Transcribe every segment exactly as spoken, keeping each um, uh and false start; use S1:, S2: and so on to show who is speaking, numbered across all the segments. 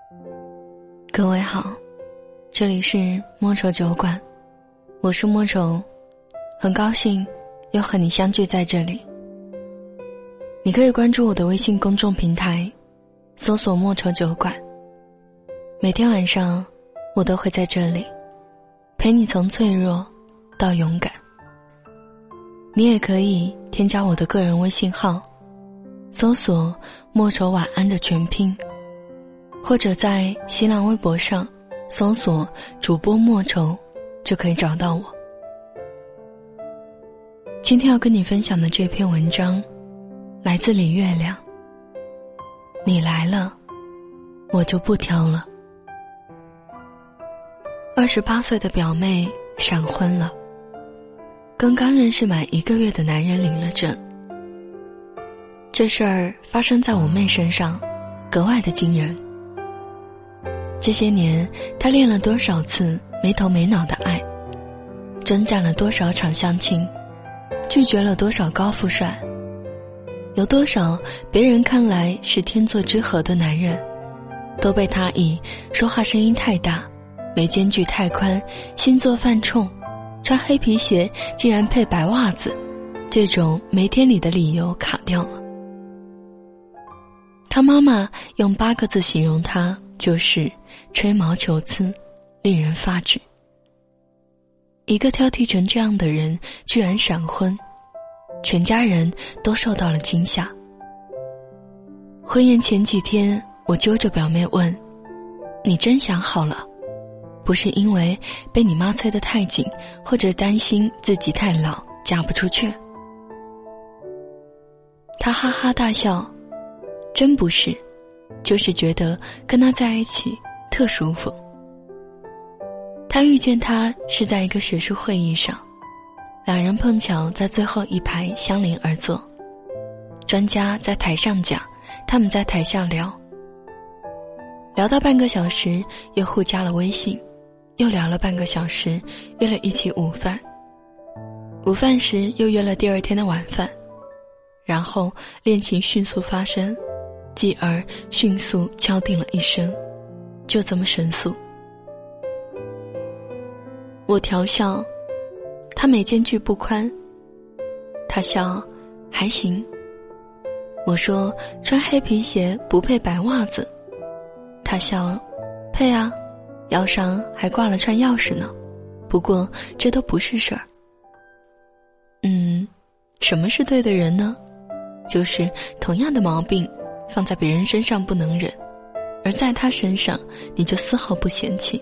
S1: 各位好，这里是莫愁酒馆，我是莫愁，很高兴又和你相聚在这里。你可以关注我的微信公众平台，搜索莫愁酒馆，每天晚上我都会在这里陪你从脆弱到勇敢。你也可以添加我的个人微信号，搜索莫愁晚安的全拼，或者在新浪微博上搜索主播莫愁就可以找到我。今天要跟你分享的这篇文章来自李月亮。你来了，我就不挑了。二十八岁的表妹闪婚了，跟刚认识满一个月的男人领了证。这事儿发生在我妹身上，格外的惊人。这些年，她练了多少次没头没脑的爱，征战了多少场相亲，拒绝了多少高富帅，有多少别人看来是天作之合的男人，都被她以说话声音太大，眉间距太宽，星座犯冲，穿黑皮鞋竟然配白袜子，这种没天理的理由卡掉了。他妈妈用八个字形容他，就是吹毛求疵，令人发指。一个挑剔成这样的人居然闪婚，全家人都受到了惊吓。婚宴前几天，我揪着表妹问，你真想好了，不是因为被你妈催得太紧，或者担心自己太老嫁不出去？她哈哈大笑，真不是，就是觉得跟他在一起特舒服。他遇见他是在一个学术会议上，两人碰巧在最后一排相邻而坐，专家在台上讲，他们在台下聊，聊到半个小时又互加了微信，又聊了半个小时，约了一起午饭，午饭时又约了第二天的晚饭，然后恋情迅速发生，继而迅速敲定了一生，就这么神速。我调笑，他眉间距不宽，他笑，还行。我说穿黑皮鞋不配白袜子，他笑，配啊，腰上还挂了串钥匙呢，不过这都不是事儿。嗯，什么是对的人呢？就是同样的毛病放在别人身上不能忍，而在他身上你就丝毫不嫌弃。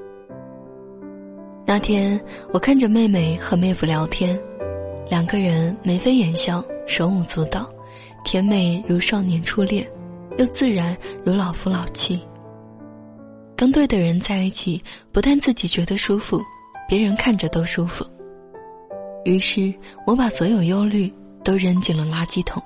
S1: 那天我看着妹妹和妹夫聊天，两个人眉飞眼笑，手舞足蹈，甜美如少年初恋，又自然如老夫老妻。跟对的人在一起，不但自己觉得舒服，别人看着都舒服。于是我把所有忧虑都扔进了垃圾桶。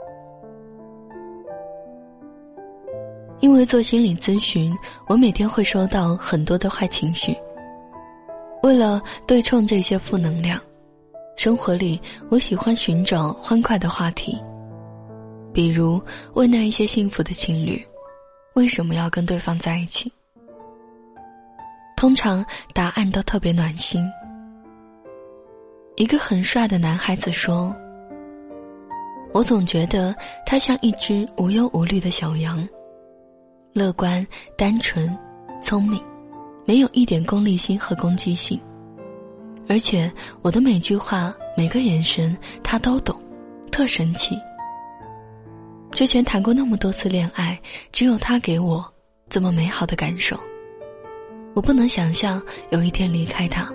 S1: 因为做心理咨询，我每天会收到很多的坏情绪。为了对冲这些负能量，生活里我喜欢寻找欢快的话题，比如问那一些幸福的情侣，为什么要跟对方在一起？通常答案都特别暖心。一个很帅的男孩子说，我总觉得他像一只无忧无虑的小羊，乐观、单纯、聪明，没有一点功利心和攻击性，而且我的每句话、每个眼神他都懂，特神奇。之前谈过那么多次恋爱，只有他给我这么美好的感受，我不能想象有一天离开他。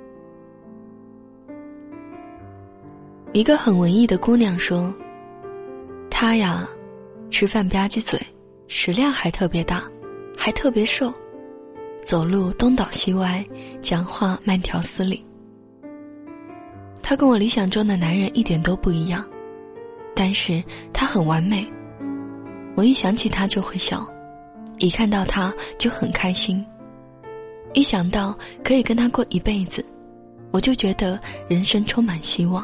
S1: 一个很文艺的姑娘说，他呀，吃饭吧唧嘴，食量还特别大，还特别瘦，走路东倒西歪，讲话慢条斯理。他跟我理想中的男人一点都不一样，但是他很完美。我一想起他就会笑，一看到他就很开心，一想到可以跟他过一辈子，我就觉得人生充满希望。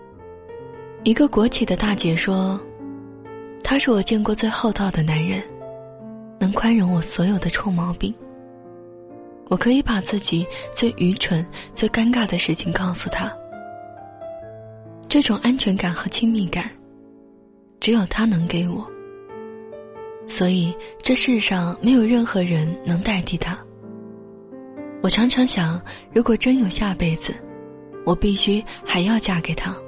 S1: 一个国企的大姐说，他是我见过最厚道的男人， 能宽容我所有的臭毛病。我可以把自己最愚蠢、最尴尬的事情告诉他。这种安全感和亲密感，只有他能给我。所以这世上没有任何人能代替他。我常常想，如果真有下辈子，我必须还要嫁给他。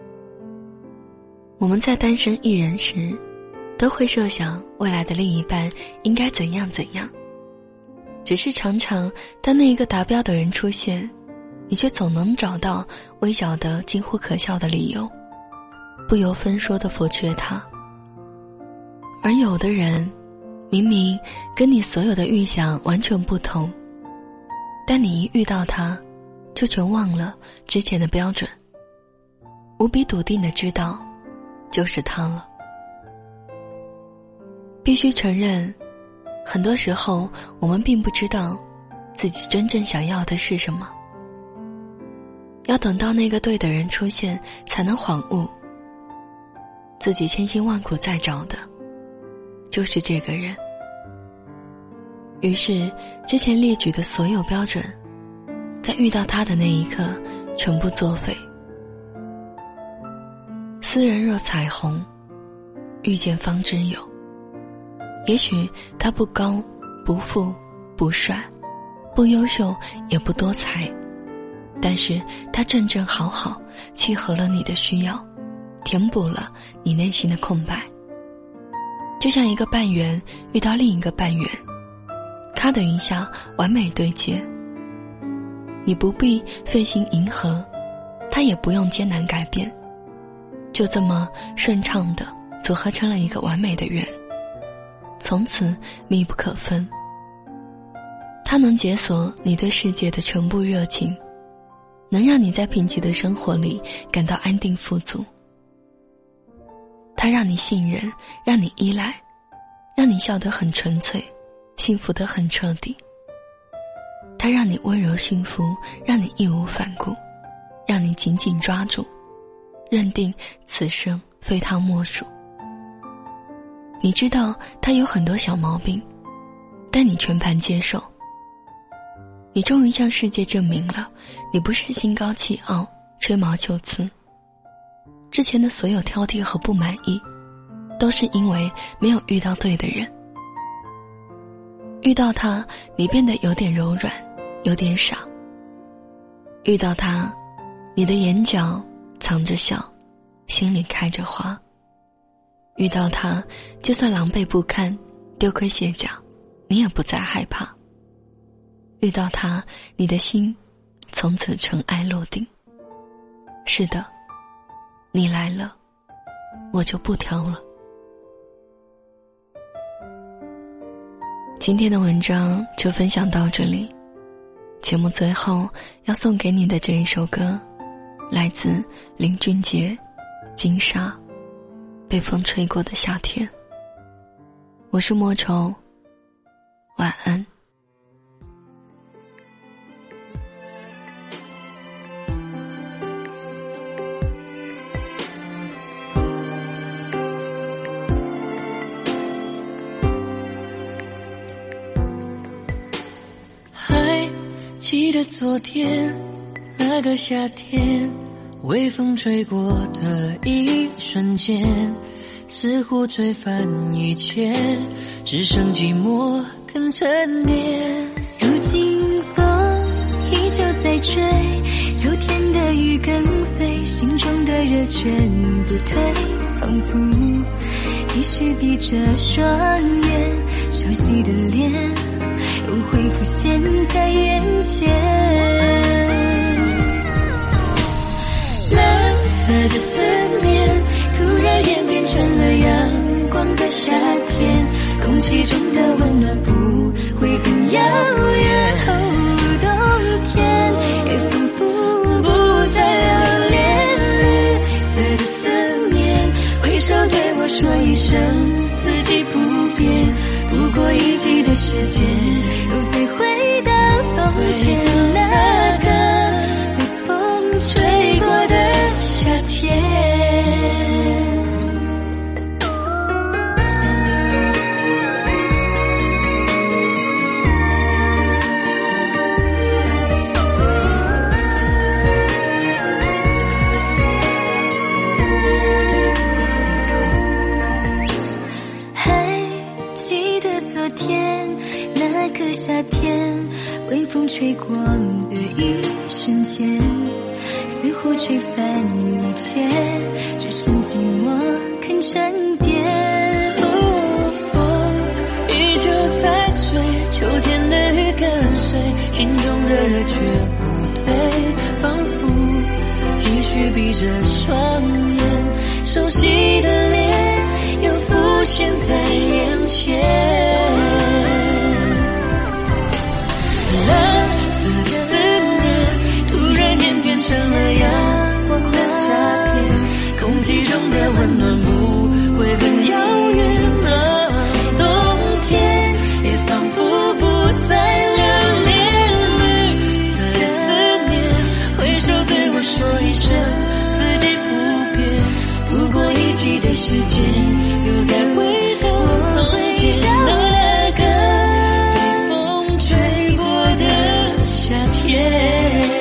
S1: 我们在单身一人时，都会设想未来的另一半应该怎样怎样。只是常常当那一个达标的人出现，你却总能找到微小的近乎可笑的理由，不由分说地否决他。而有的人明明跟你所有的预想完全不同，但你一遇到他就全忘了之前的标准，无比笃定地知道就是他了。必须承认，很多时候我们并不知道自己真正想要的是什么，要等到那个对的人出现才能恍悟，自己千辛万苦在找的就是这个人。于是之前列举的所有标准，在遇到他的那一刻全部作废。斯人若彩虹，遇见方知有。也许他不高不富不帅不优秀也不多才，但是他正正好好契合了你的需要，填补了你内心的空白。就像一个半圆遇到另一个半圆，咔的一下完美对接，你不必费心迎合，他也不用艰难改变，就这么顺畅地组合成了一个完美的圆，从此密不可分。它能解锁你对世界的全部热情，能让你在贫瘠的生活里感到安定富足。它让你信任，让你依赖，让你笑得很纯粹，幸福得很彻底。它让你温柔驯服，让你义无反顾，让你紧紧抓住，认定此生非他莫属。你知道他有很多小毛病，但你全盘接受。你终于向世界证明了，你不是心高气傲、吹毛求疵。之前的所有挑剔和不满意，都是因为没有遇到对的人。遇到他，你变得有点柔软，有点傻。遇到他，你的眼角藏着笑，心里开着花。遇到他，就算狼狈不堪，丢盔卸甲，你也不再害怕。遇到他，你的心从此尘埃落定。是的，你来了，我就不挑了。今天的文章就分享到这里。节目最后要送给你的这一首歌，来自林俊杰，金沙，被风吹过的夏天。我是莫愁，晚安。
S2: 还记得昨天那个夏天，微风吹过的一瞬间，似乎吹翻一切，只剩寂寞跟沉淀。
S3: 如今风依旧在吹，秋天的雨跟随，心中的热全不退，仿佛继续闭着双眼，熟悉的脸又会浮现在眼前。蓝色的思念突然演变成了阳光的夏天，空气中的温暖不会很遥远，哦，冬天也仿佛不再留恋。绿色的思念挥手对我说一声四季不变，不过一季的时间又再回到从前那个被风吹过的夏天。 昨天，那个夏天，微风吹过的一瞬间，似乎吹翻一切，只剩寂寞肯沉淀。
S2: 哦，依旧在追，秋天的雨跟随，心中的热却不退，仿佛继续闭着双眼，熟悉的脸又浮现在眼前。蓝色的思念突然间变成了阳光的夏天，空气中的温暖不会很遥远啊，冬天也仿佛不再留恋。绿色的思念挥手对我说一声四季不变，不过一季的时间又在回头从前那个被风吹过的夏天。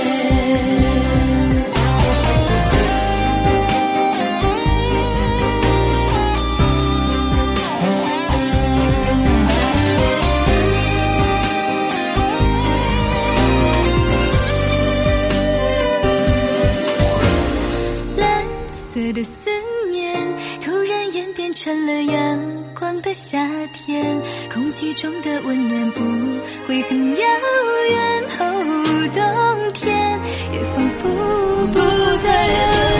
S3: 蓝色的思念突然演变成了阳光的夏天，空气中的温暖不会很遥远，哦，冬天也仿佛不再留